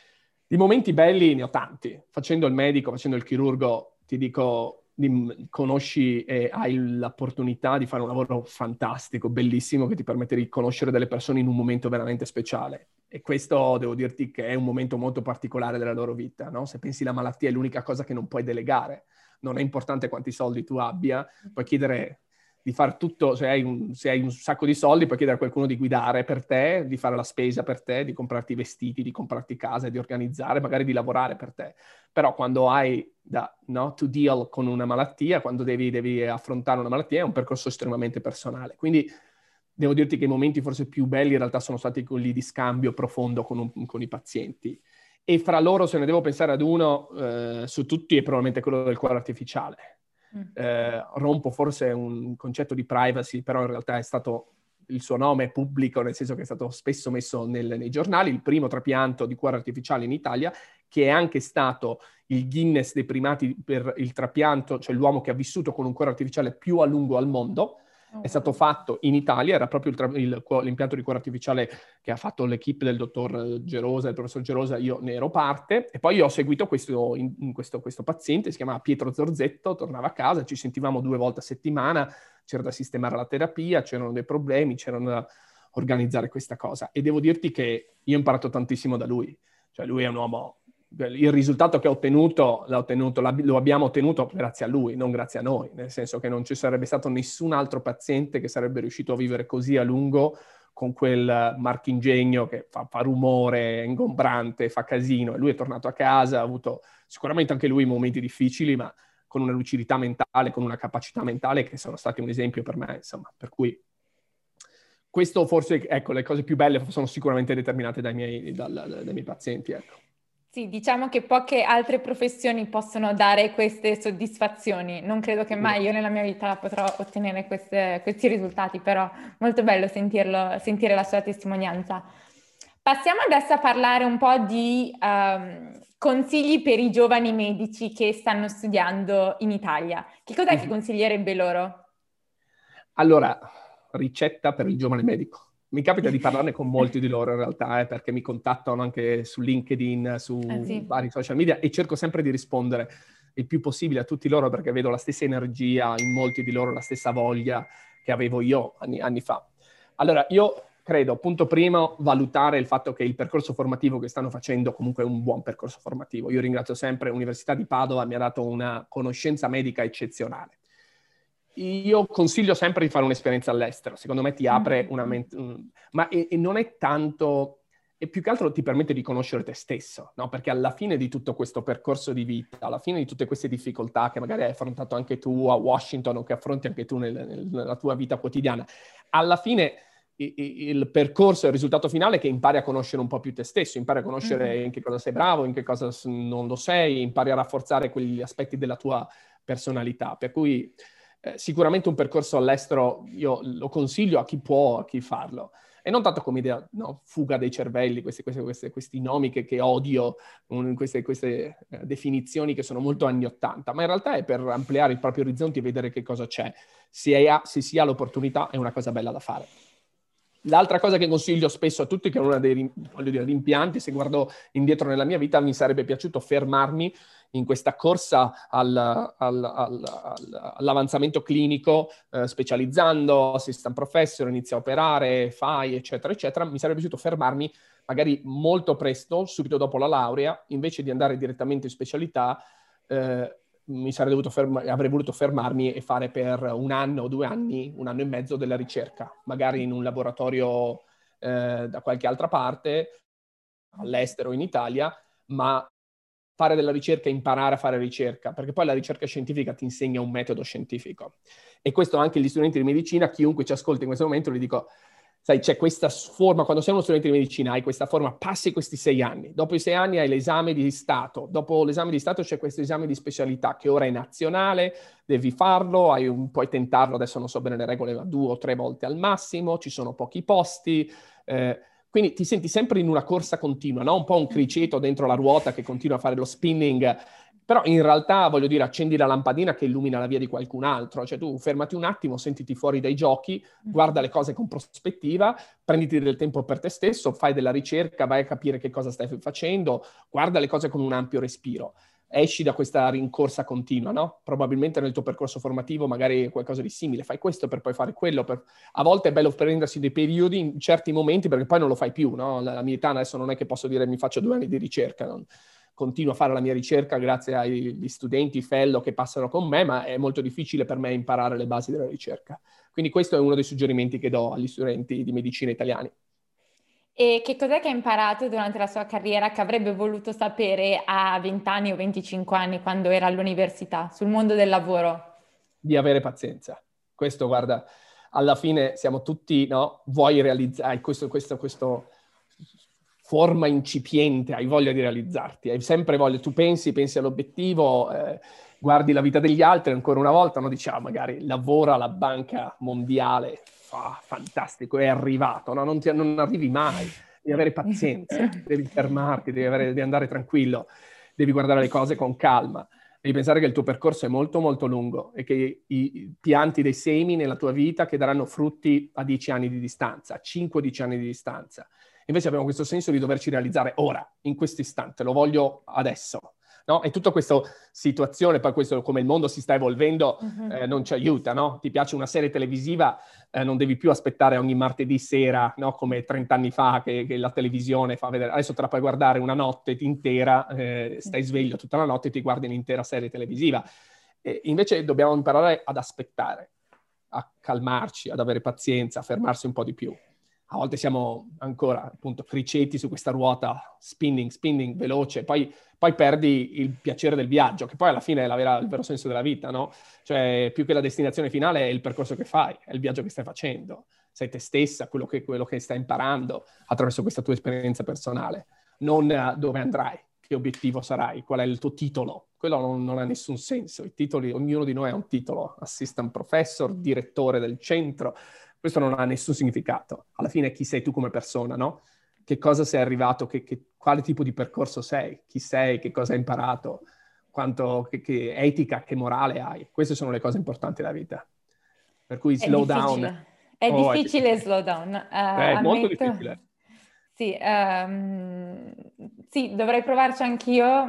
Di momenti belli ne ho tanti, facendo il medico, facendo il chirurgo, ti dico, conosci e hai l'opportunità di fare un lavoro fantastico, bellissimo, che ti permette di conoscere delle persone in un momento veramente speciale. E questo devo dirti che è un momento molto particolare della loro vita, no? Se pensi la malattia è l'unica cosa che non puoi delegare. Non è importante quanti soldi tu abbia, puoi chiedere di fare tutto, se hai, un, se hai un sacco di soldi puoi chiedere a qualcuno di guidare per te, di fare la spesa per te, di comprarti i vestiti, di comprarti casa, di organizzare, magari di lavorare per te. Però quando hai da, no, to deal con una malattia, quando devi, devi affrontare una malattia, è un percorso estremamente personale. Quindi devo dirti che i momenti forse più belli in realtà sono stati quelli di scambio profondo con, un, con i pazienti. E fra loro, se ne devo pensare ad uno, eh, su tutti è probabilmente quello del cuore artificiale. Eh, rompo forse un concetto di privacy, però in realtà è stato, il suo nome è pubblico, nel senso che è stato spesso messo nel, nei giornali, il primo trapianto di cuore artificiale in Italia, che è anche stato il Guinness dei primati per il trapianto, cioè l'uomo che ha vissuto con un cuore artificiale più a lungo al mondo. È stato fatto in Italia, era proprio il tra- il, l'impianto di cuore artificiale che ha fatto l'equipe del dottor Gerosa, del professor Gerosa, io ne ero parte, e poi io ho seguito questo, in, in questo, questo paziente, si chiamava Pietro Zorzetto, tornava a casa, ci sentivamo due volte a settimana, c'era da sistemare la terapia, c'erano dei problemi, c'erano da organizzare questa cosa. E devo dirti che io ho imparato tantissimo da lui, cioè lui è un uomo... Il risultato che ho ottenuto, l'ha ottenuto, lo abbiamo ottenuto grazie a lui, non grazie a noi, nel senso che non ci sarebbe stato nessun altro paziente che sarebbe riuscito a vivere così a lungo con quel marchingegno che fa, fa rumore, è ingombrante, fa casino. E lui è tornato a casa, ha avuto sicuramente anche lui momenti difficili, ma con una lucidità mentale, con una capacità mentale che sono stati un esempio per me, insomma. Per cui questo forse, ecco, le cose più belle sono sicuramente determinate dai miei, dal, dai miei pazienti, ecco. Sì, diciamo che poche altre professioni possono dare queste soddisfazioni. Non credo che mai io nella mia vita potrò ottenere queste, questi risultati, però molto bello sentirlo, sentire la sua testimonianza. Passiamo adesso a parlare un po' di um, consigli per i giovani medici che stanno studiando in Italia. Che cos'è mm-hmm. che consiglierebbe loro? Allora, ricetta per il giovane medico. Mi capita di parlarne con molti di loro in realtà, eh, perché mi contattano anche su LinkedIn, su eh sì. vari social media, e cerco sempre di rispondere il più possibile a tutti loro, perché vedo la stessa energia in molti di loro, la stessa voglia che avevo io anni, anni fa. Allora, io credo, punto primo, valutare il fatto che il percorso formativo che stanno facendo comunque è un buon percorso formativo. Io ringrazio sempre l'Università di Padova, mi ha dato una conoscenza medica eccezionale. Io consiglio sempre di fare un'esperienza all'estero, secondo me ti apre una mente, ma e, e non è tanto, e più che altro ti permette di conoscere te stesso, no? Perché alla fine di tutto questo percorso di vita, alla fine di tutte queste difficoltà che magari hai affrontato anche tu a Washington o che affronti anche tu nel, nel, nella tua vita quotidiana, alla fine il, il percorso, il risultato finale è che impari a conoscere un po' più te stesso, impari a conoscere mm-hmm. in che cosa sei bravo, in che cosa non lo sei, impari a rafforzare quegli aspetti della tua personalità, per cui Eh, sicuramente un percorso all'estero io lo consiglio a chi può, a chi farlo. E non tanto come idea, no, fuga dei cervelli, questi, questi, questi, questi nomi che, che odio, um, queste, queste uh, definizioni che sono molto anni Ottanta, ma in realtà è per ampliare i propri orizzonti e vedere che cosa c'è. Se, ha, se si ha l'opportunità è una cosa bella da fare. L'altra cosa che consiglio spesso a tutti, che è uno dei voglio dire, rimpianti, se guardo indietro nella mia vita, mi sarebbe piaciuto fermarmi in questa corsa al, al, al, al, all'avanzamento clinico, eh, specializzando, assistant professor, inizia a operare, fai, eccetera, eccetera. Mi sarebbe piaciuto fermarmi magari molto presto, subito dopo la laurea, invece di andare direttamente in specialità, eh, mi sarei dovuto ferm- avrei voluto fermarmi e fare per un anno o due anni, un anno e mezzo della ricerca, magari in un laboratorio eh, da qualche altra parte, all'estero o in Italia, ma fare della ricerca, imparare a fare ricerca, perché poi la ricerca scientifica ti insegna un metodo scientifico. E questo anche gli studenti di medicina, chiunque ci ascolta in questo momento, gli dico, sai, c'è questa forma, quando sei uno studente di medicina hai questa forma, passi questi sei anni, dopo i sei anni hai l'esame di Stato, dopo l'esame di Stato c'è questo esame di specialità che ora è nazionale, devi farlo, hai un, puoi tentarlo, adesso non so bene le regole, ma due o tre volte al massimo, ci sono pochi posti, eh, quindi ti senti sempre in una corsa continua, no? Un po' un criceto dentro la ruota che continua a fare lo spinning, però in realtà, voglio dire, accendi la lampadina che illumina la via di qualcun altro, cioè tu fermati un attimo, sentiti fuori dai giochi, guarda le cose con prospettiva, prenditi del tempo per te stesso, fai della ricerca, vai a capire che cosa stai facendo, guarda le cose con un ampio respiro. Esci da questa rincorsa continua, no? Probabilmente nel tuo percorso formativo magari è qualcosa di simile, fai questo per poi fare quello. Per... A volte è bello prendersi dei periodi in certi momenti perché poi non lo fai più, no? La, la mia età adesso non è che posso dire mi faccio due anni di ricerca, non... continuo a fare la mia ricerca grazie agli studenti, fellow che passano con me, ma è molto difficile per me imparare le basi della ricerca. Quindi questo è uno dei suggerimenti che do agli studenti di medicina italiani. E che cos'è che ha imparato durante la sua carriera che avrebbe voluto sapere a venti anni o venticinque anni quando era all'università, sul mondo del lavoro? Di avere pazienza. Questo, guarda, alla fine siamo tutti, no? Vuoi realizzare questo, questo, questo forma incipiente, hai voglia di realizzarti, hai sempre voglia, tu pensi, pensi all'obiettivo, eh, guardi la vita degli altri, ancora una volta, no? Diciamo, magari lavora alla Banca Mondiale, ah, fantastico, è arrivato, no? Non, ti, non arrivi mai, devi avere pazienza, devi fermarti, devi, avere, devi andare tranquillo, devi guardare le cose con calma. Devi pensare che il tuo percorso è molto molto lungo e che i, pianti dei semi nella tua vita che daranno frutti a dieci anni di distanza, a cinque dieci anni di distanza. Invece abbiamo questo senso di doverci realizzare ora, in questo istante, lo voglio adesso. No? E tutta questa situazione, poi questo come il mondo si sta evolvendo, uh-huh. eh, non ci aiuta, no? Ti piace una serie televisiva, eh, non devi più aspettare ogni martedì sera, no? Come trent'anni fa che, che la televisione fa vedere. Adesso te la puoi guardare una notte intera, eh, stai sveglio tutta la notte e ti guardi l'intera serie televisiva. E invece dobbiamo imparare ad aspettare, a calmarci, ad avere pazienza, a fermarsi un po' di più. A volte siamo ancora, appunto, criceti su questa ruota, spinning, spinning, veloce, poi, poi perdi il piacere del viaggio, che poi alla fine è la vera, il vero senso della vita, no? Cioè, più che la destinazione finale è il percorso che fai, è il viaggio che stai facendo. Sei te stessa, quello che, quello che stai imparando attraverso questa tua esperienza personale. Non uh, dove andrai, che obiettivo sarai, qual è il tuo titolo. Quello non, non ha nessun senso. I titoli, ognuno di noi ha un titolo, assistant professor, direttore del centro. Questo non ha nessun significato. Alla fine chi sei tu come persona, no? Che cosa sei arrivato, che, che, quale tipo di percorso sei, chi sei, che cosa hai imparato, quanto, che, che etica, che morale hai. Queste sono le cose importanti della vita. Per cui È slow difficile. down. È Oh, difficile è slow down. Uh, è molto ammetto. difficile. Sì, um, sì, dovrei provarci anch'io,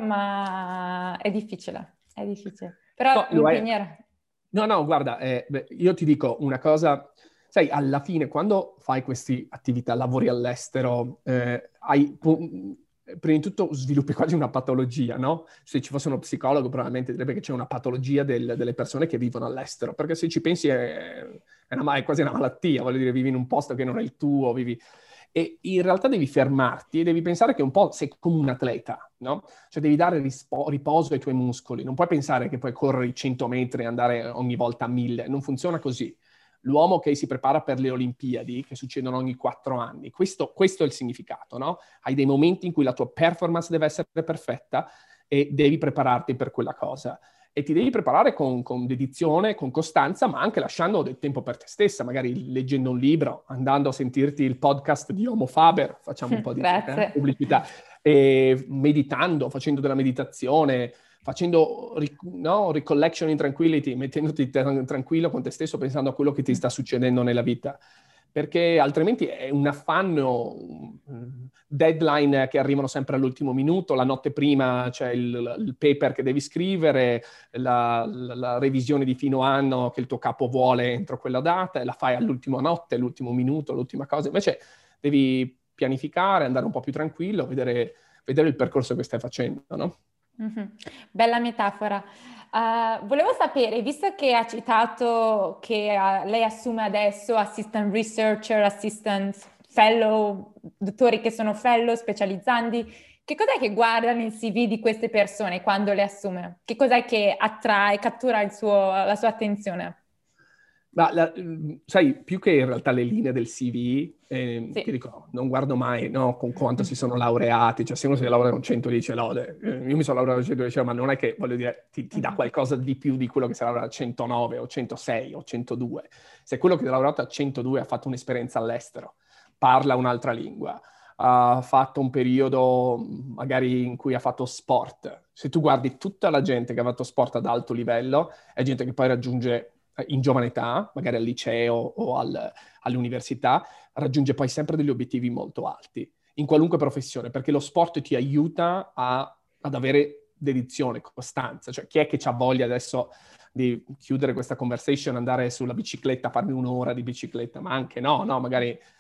ma è difficile, è difficile. Però No, mi impegnerò. No, no, guarda, eh, beh, io ti dico una cosa, sai, alla fine quando fai queste attività, lavori all'estero, eh, hai, pu- prima di tutto sviluppi quasi una patologia, no? Se ci fosse uno psicologo probabilmente direbbe che c'è una patologia del- delle persone che vivono all'estero, perché se ci pensi è, è, una, è quasi una malattia, voglio dire, vivi in un posto che non è il tuo, vivi... E in realtà devi fermarti e devi pensare che un po' sei come un atleta, no? Cioè devi dare rispo- riposo ai tuoi muscoli. Non puoi pensare che puoi correre i cento metri e andare ogni volta a mille. Non funziona così. L'uomo che si prepara per le Olimpiadi, che succedono ogni quattro anni, questo, questo è il significato, no? Hai dei momenti in cui la tua performance deve essere perfetta e devi prepararti per quella cosa. E ti devi preparare con, con dedizione, con costanza, ma anche lasciando del tempo per te stessa, magari leggendo un libro, andando a sentirti il podcast di Homo Faber, facciamo un po' di eh, pubblicità, e meditando, facendo della meditazione, facendo no, recollection in tranquility, mettendoti tra- tranquillo con te stesso, pensando a quello che ti sta succedendo nella vita. Perché altrimenti è un affanno, un deadline che arrivano sempre all'ultimo minuto, la notte prima c'è il, il paper che devi scrivere, la, la, la revisione di fino anno che il tuo capo vuole entro quella data e la fai all'ultima notte, l'ultimo minuto, l'ultima cosa. Invece devi pianificare, andare un po' più tranquillo, vedere, vedere il percorso che stai facendo, no? Mm-hmm. Bella metafora. Uh, volevo sapere, visto che ha citato che uh, lei assume adesso assistant researcher, assistant fellow, dottori che sono fellow, specializzandi, che cos'è che guarda nel C V di queste persone quando le assume? Che cos'è che attrae, cattura il suo, la sua attenzione? Ma la, sai, più che in realtà le linee del C V, eh, Sì. ti dico, non guardo mai no, con quanto si sono laureati, cioè se uno si laurea con centodieci lode, eh, io mi sono laureato con centodieci, ma non è che, voglio dire, ti, ti dà qualcosa di più di quello che si laurea a centonove o centosei o centodue. Se quello che si è laureato a centodue ha fatto un'esperienza all'estero, parla un'altra lingua, ha fatto un periodo magari in cui ha fatto sport. Se tu guardi tutta la gente che ha fatto sport ad alto livello, è gente che poi raggiunge in giovane età, magari al liceo o al, all'università, raggiunge poi sempre degli obiettivi molto alti, in qualunque professione, perché lo sport ti aiuta a, ad avere dedizione, costanza. Cioè, chi è che ha voglia adesso di chiudere questa conversation, andare sulla bicicletta, farmi un'ora di bicicletta? Ma anche no, no, magari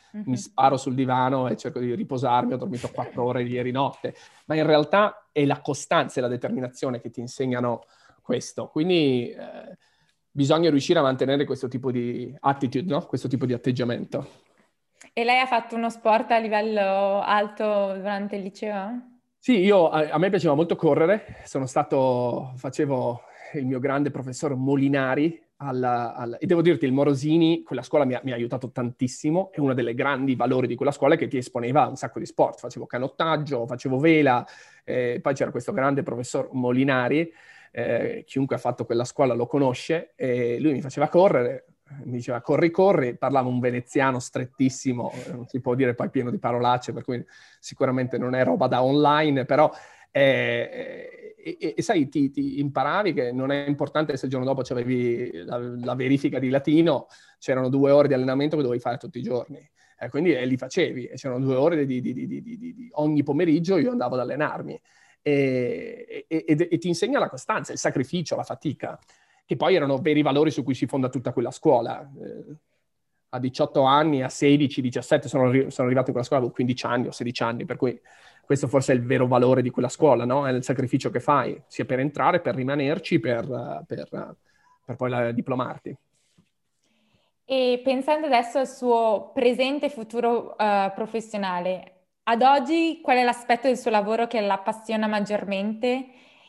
mi sparo sul divano e cerco di riposarmi, ho dormito quattro ore ieri notte, ma in realtà è la costanza e la determinazione che ti insegnano questo, quindi eh, bisogna riuscire a mantenere questo tipo di attitude, no? Questo tipo di atteggiamento. E lei ha fatto uno sport a livello alto durante il liceo? Sì, io, a, a me piaceva molto correre, sono stato, facevo il mio grande professor Molinari, alla, alla, e devo dirti, il Morosini, quella scuola mi ha, mi ha aiutato tantissimo, e uno dei grandi valori di quella scuola è che ti esponeva a un sacco di sport, facevo canottaggio, facevo vela, eh, poi c'era questo grande professor Molinari, eh, chiunque ha fatto quella scuola lo conosce, e lui mi faceva correre, mi diceva corri corri, parlava un veneziano strettissimo, non si può dire, poi pieno di parolacce, per cui sicuramente non è roba da online, però eh, e, e, e sai, ti, ti imparavi che non è importante se il giorno dopo avevi la, la verifica di latino, c'erano due ore di allenamento che dovevi fare tutti i giorni, eh, quindi eh, li facevi, e c'erano due ore di, di, di, di, di, di ogni pomeriggio io andavo ad allenarmi, e, e, e, e ti insegna la costanza, il sacrificio, la fatica, che poi erano veri valori su cui si fonda tutta quella scuola. Eh, a diciotto anni, a sedici, diciassette, sono, arri- sono arrivato in quella scuola, avevo quindici anni o sedici anni, per cui questo forse è il vero valore di quella scuola, no? È il sacrificio che fai, sia per entrare, per rimanerci, per, per, per poi la, diplomarti. E pensando adesso al suo presente e futuro uh, professionale, ad oggi qual è l'aspetto del suo lavoro che la appassiona maggiormente?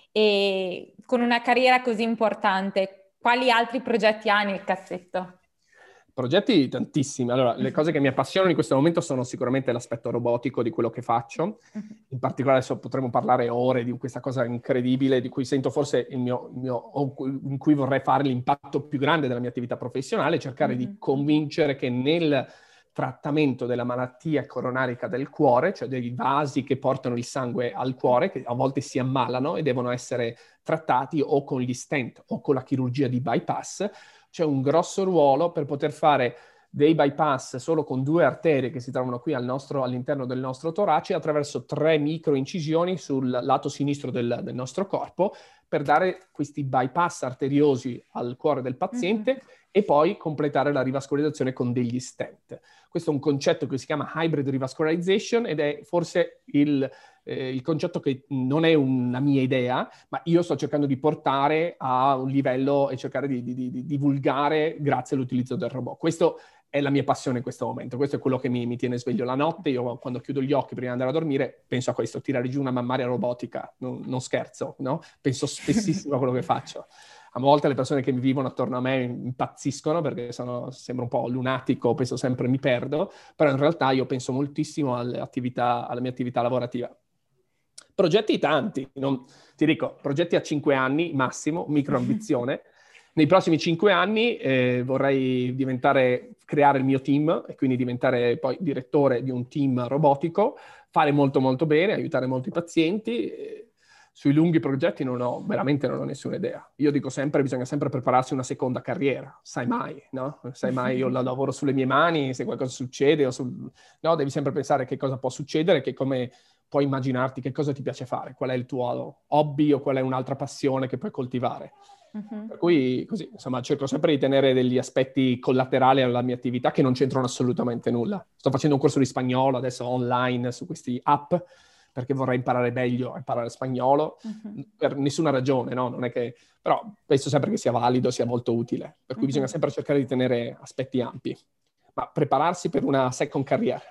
E con una carriera così importante, quali altri progetti ha nel cassetto? Progetti tantissimi. Allora, le cose che mi appassionano in questo momento sono sicuramente l'aspetto robotico di quello che faccio. In particolare adesso potremmo parlare ore di questa cosa incredibile di cui sento forse il mio, il mio in cui vorrei fare l'impatto più grande della mia attività professionale, cercare mm-hmm. di convincere che nel trattamento della malattia coronarica del cuore, cioè dei vasi che portano il sangue al cuore, che a volte si ammalano e devono essere trattati o con gli stent o con la chirurgia di bypass, c'è un grosso ruolo per poter fare dei bypass solo con due arterie che si trovano qui al nostro, all'interno del nostro torace, attraverso tre micro incisioni sul lato sinistro del, del nostro corpo, per dare questi bypass arteriosi al cuore del paziente mm-hmm. e poi completare la rivascolarizzazione con degli stent. Questo è un concetto che si chiama hybrid revascularization ed è forse il, eh, il concetto che non è una mia idea, ma io sto cercando di portare a un livello e cercare di, di, di, di divulgare grazie all'utilizzo del robot. Questo è la mia passione in questo momento, questo è quello che mi, mi tiene sveglio la notte. Io quando chiudo gli occhi prima di andare a dormire penso a questo, tirare giù una mammaria robotica, non, non scherzo, no? Penso spessissimo a quello che faccio. A volte le persone che mi vivono attorno a me impazziscono perché sono, sembro un po' lunatico, penso sempre mi perdo, però in realtà io penso moltissimo alle attività, alla mia attività lavorativa. Progetti tanti, non, ti dico, progetti a cinque anni massimo, microambizione. Nei prossimi cinque anni eh, vorrei diventare, creare il mio team e quindi diventare poi direttore di un team robotico, fare molto molto bene, aiutare molti pazienti. Eh, sui lunghi progetti non ho, veramente non ho nessuna idea. Io dico sempre, bisogna sempre prepararsi una seconda carriera, sai mai, no? Sai mai, io lavoro sulle mie mani, se qualcosa succede o sul... No, devi sempre pensare che cosa può succedere, che come puoi immaginarti, che cosa ti piace fare, qual è il tuo hobby o qual è un'altra passione che puoi coltivare. Uh-huh. Per cui, così, insomma, cerco sempre di tenere degli aspetti collaterali alla mia attività che non c'entrano assolutamente nulla. Sto facendo un corso di spagnolo adesso online su questi app, perché vorrei imparare meglio a imparare spagnolo, uh-huh. per nessuna ragione, no? Non è che... Però penso sempre che sia valido, sia molto utile. Per cui uh-huh. bisogna sempre cercare di tenere aspetti ampi. Ma prepararsi per una second career.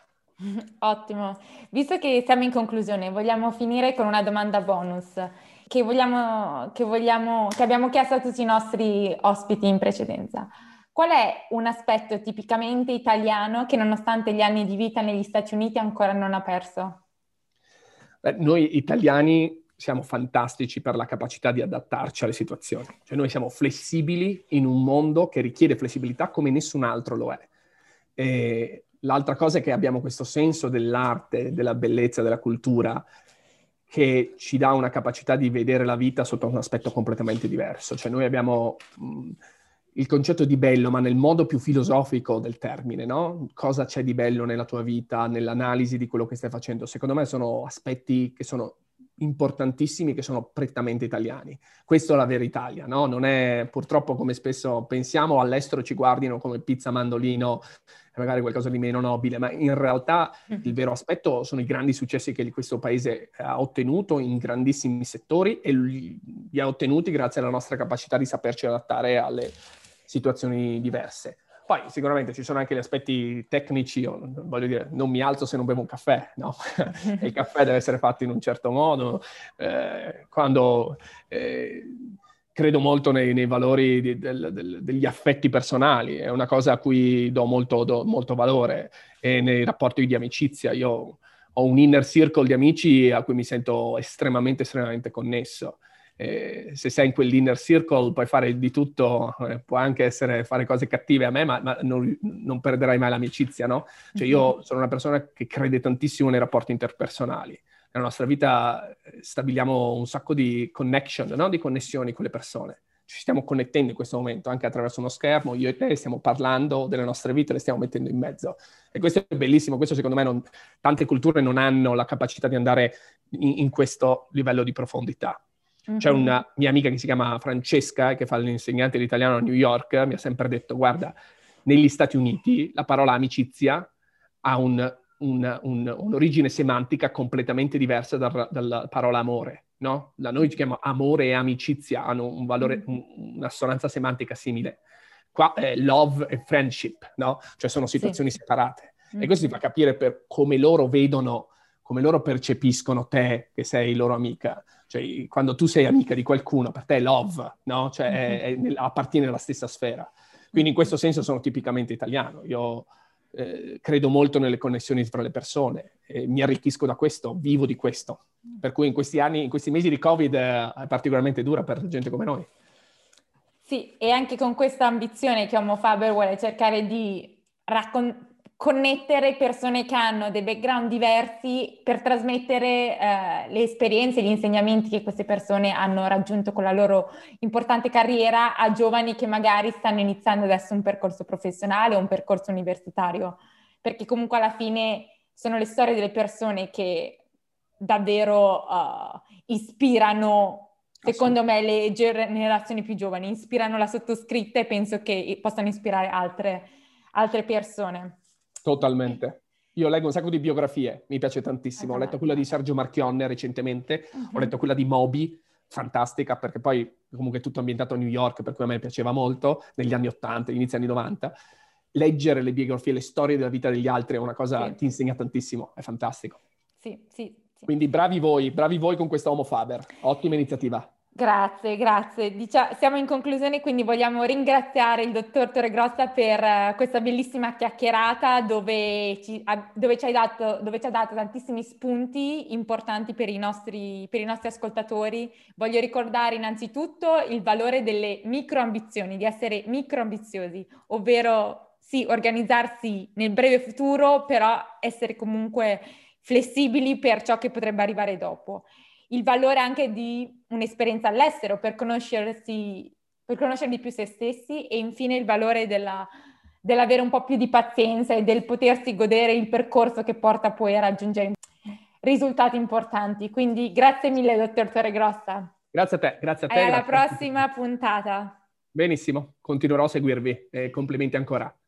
Ottimo. Visto che siamo in conclusione, vogliamo finire con una domanda bonus che, vogliamo, che, vogliamo, che abbiamo chiesto a tutti i nostri ospiti in precedenza. Qual è un aspetto tipicamente italiano che nonostante gli anni di vita negli Stati Uniti ancora non ha perso? Beh, noi italiani siamo fantastici per la capacità di adattarci alle situazioni. Cioè noi siamo flessibili in un mondo che richiede flessibilità come nessun altro lo è. E l'altra cosa è che abbiamo questo senso dell'arte, della bellezza, della cultura, che ci dà una capacità di vedere la vita sotto un aspetto completamente diverso. Cioè noi abbiamo mh, il concetto di bello, ma nel modo più filosofico del termine, no? Cosa c'è di bello nella tua vita, nell'analisi di quello che stai facendo? Secondo me sono aspetti che sono importantissimi, che sono prettamente italiani. Questa è la vera Italia, no? Non è purtroppo come spesso pensiamo, all'estero ci guardino come pizza mandolino, magari qualcosa di meno nobile, ma in realtà il vero aspetto sono i grandi successi che questo paese ha ottenuto in grandissimi settori e li ha ottenuti grazie alla nostra capacità di saperci adattare alle situazioni diverse. Poi sicuramente ci sono anche gli aspetti tecnici, io, voglio dire, non mi alzo se non bevo un caffè, no? E il caffè deve essere fatto in un certo modo. Eh, quando eh, credo molto nei, nei valori di, del, del, degli affetti personali, è una cosa a cui do molto, do molto valore, e nei rapporti di amicizia. Io ho un inner circle di amici a cui mi sento estremamente, estremamente connesso. Eh, se sei in quell'inner circle puoi fare di tutto, eh, può anche essere fare cose cattive a me, ma, ma non, non perderai mai l'amicizia, no? Cioè io sono una persona che crede tantissimo nei rapporti interpersonali. Nella nostra vita stabiliamo un sacco di connection, no? Di connessioni con le persone. Ci stiamo connettendo in questo momento anche attraverso uno schermo, io e te stiamo parlando delle nostre vite, le stiamo mettendo in mezzo. E questo è bellissimo, questo secondo me non, tante culture non hanno la capacità di andare in, in questo livello di profondità. C'è una mia amica che si chiama Francesca, che fa l'insegnante di italiano a New York, mi ha sempre detto, guarda, negli Stati Uniti la parola amicizia ha un, un, un, un'origine semantica completamente diversa dalla, dalla parola amore, no? Da noi ci chiama amore e amicizia, hanno un valore, un, un'assonanza semantica simile. Qua è love e friendship, no? Cioè sono situazioni sì. separate. Mm-hmm. E questo ti fa capire per come loro vedono, come loro percepiscono te, che sei loro amica. Cioè, quando tu sei amica di qualcuno, per te è love, no? Cioè, mm-hmm. è, è, appartiene alla stessa sfera. Quindi in questo senso sono tipicamente italiano. Io eh, credo molto nelle connessioni tra le persone, e mi arricchisco da questo, vivo di questo. Per cui in questi anni, in questi mesi di Covid eh, è particolarmente dura per gente come noi. Sì, e anche con questa ambizione che Homofaber vuole cercare di raccontare, connettere persone che hanno dei background diversi per trasmettere eh, le esperienze, gli insegnamenti che queste persone hanno raggiunto con la loro importante carriera a giovani che magari stanno iniziando adesso un percorso professionale o un percorso universitario, perché comunque alla fine sono le storie delle persone che davvero uh, ispirano, secondo me, le generazioni più giovani, ispirano la sottoscritta e penso che possano ispirare altre, altre persone. Totalmente. Io leggo un sacco di biografie, mi piace tantissimo. Ho letto quella di Sergio Marchionne recentemente, uh-huh. ho letto quella di Moby, fantastica, perché poi comunque è tutto ambientato a New York, per cui a me piaceva molto, negli anni ottanta, inizio anni novanta. Leggere le biografie, le storie della vita degli altri è una cosa, sì. ti insegna tantissimo, è fantastico. Sì, sì, sì. Quindi bravi voi, bravi voi con questa Homofaber, ottima iniziativa. Grazie, grazie. Dicia- siamo in conclusione, quindi vogliamo ringraziare il dottor Torregrossa per uh, questa bellissima chiacchierata dove ci, uh, dove, ci hai dato, dove ci ha dato tantissimi spunti importanti per i nostri, per i nostri ascoltatori. Voglio ricordare innanzitutto il valore delle microambizioni, di essere microambiziosi, ovvero sì, organizzarsi nel breve futuro, però essere comunque flessibili per ciò che potrebbe arrivare dopo. Il valore anche di un'esperienza all'estero per conoscersi, per conoscere di più se stessi, e infine il valore della, dell'avere un po' più di pazienza e del potersi godere il percorso che porta poi a raggiungere risultati importanti. Quindi grazie mille, dottor Torregrossa. Grazie a te, grazie a te. E alla prossima puntata. Benissimo, continuerò a seguirvi e complimenti ancora.